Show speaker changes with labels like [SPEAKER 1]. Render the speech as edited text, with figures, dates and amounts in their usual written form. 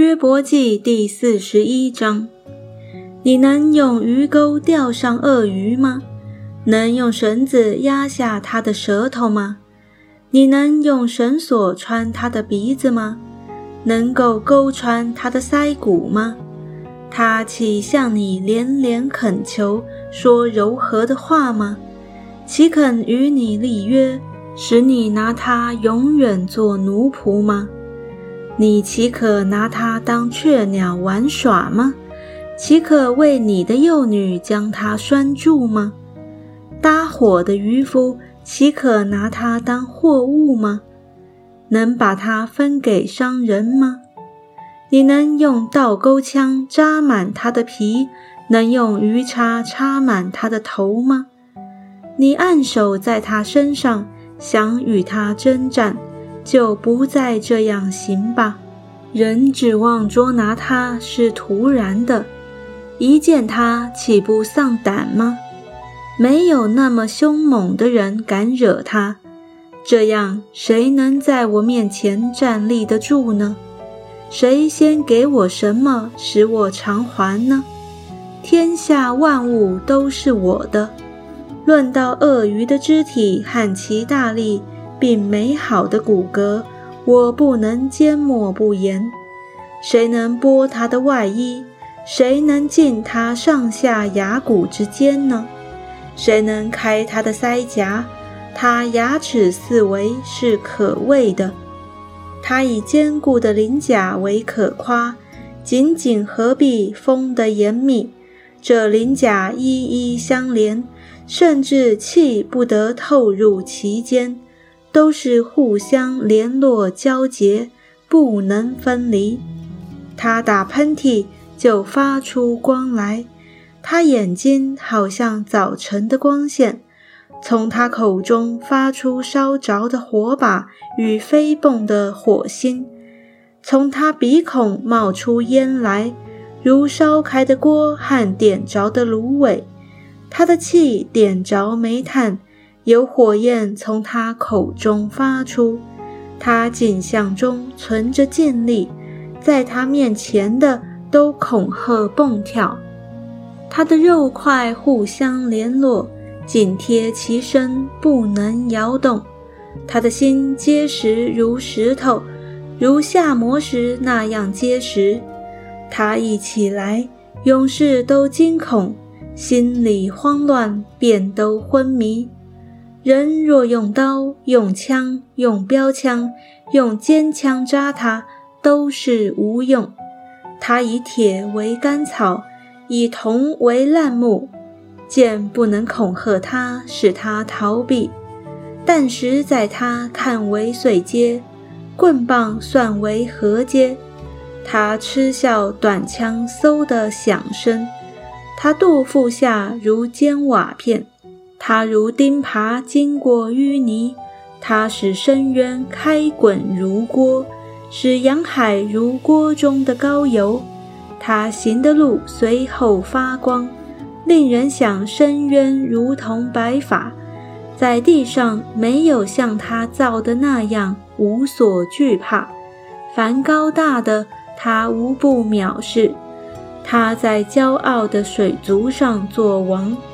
[SPEAKER 1] 约伯记第41章。你能用鱼钩钓上鳄鱼吗？能用绳子压下它的舌头吗？你能用绳索穿它的鼻子吗？能够勾穿它的腮骨吗？他岂向你连连恳求，说柔和的话吗？岂肯与你立约，使你拿他永远做奴仆吗？你岂可拿他当雀鸟玩耍吗？岂可为你的幼女将它拴住吗？搭伙的渔夫岂可拿它当货物吗？能把它分给商人吗？你能用倒钩枪扎满它的皮，能用鱼叉插满它的头吗？你按手在它身上，想与它征战，就不再这样行吧。人指望捉拿它是突然的，一见它岂不丧胆吗？没有那么凶猛的人敢惹它，这样谁能在我面前站立得住呢？谁先给我什么使我偿还呢？天下万物都是我的。论到鳄鱼的肢体和其大力并美好的骨骼，我不能缄默不言。谁能剥它的外衣？谁能进它上下牙骨之间呢？谁能开它的腮颊？它牙齿四围是可畏的。它以坚固的鳞甲为可夸，紧紧合璧，封得严密。这鳞甲一一相连，甚至气不得透入其间，都是互相联络交结，不能分离。它打喷嚏就发出光来，它眼睛好像早晨的光线，从它口中发出烧着的火把与飞蹦的火星，从它鼻孔冒出烟来，如烧开的锅和点着的芦苇。它的气点着煤炭，有火焰从它口中发出。它颈项中存着劲力，在它面前的都恐吓蹦跳。它的肉块互相联络，紧贴其身，不能摇动。他的心结实如石头，如下磨时那样结实。他一起来，勇士都惊恐，心里慌乱，便都昏迷。人若用刀、用枪、用标枪、用尖枪扎他，都是无用。他以铁为干草，以铜为烂木，剑不能恐吓他，使他逃避。弹石在他看为碎秸，棍棒算为禾秸。他嗤笑短枪嗖的响声，他肚腹下如尖瓦片，他如钉耙经过淤泥，他使深渊开滚如锅，使洋海如锅中的高油。他行的路随后发光，令人想深渊如同白发。在地上没有像他造的那样无所惧怕，凡高大的他无不藐视。他在骄傲的水族上作王，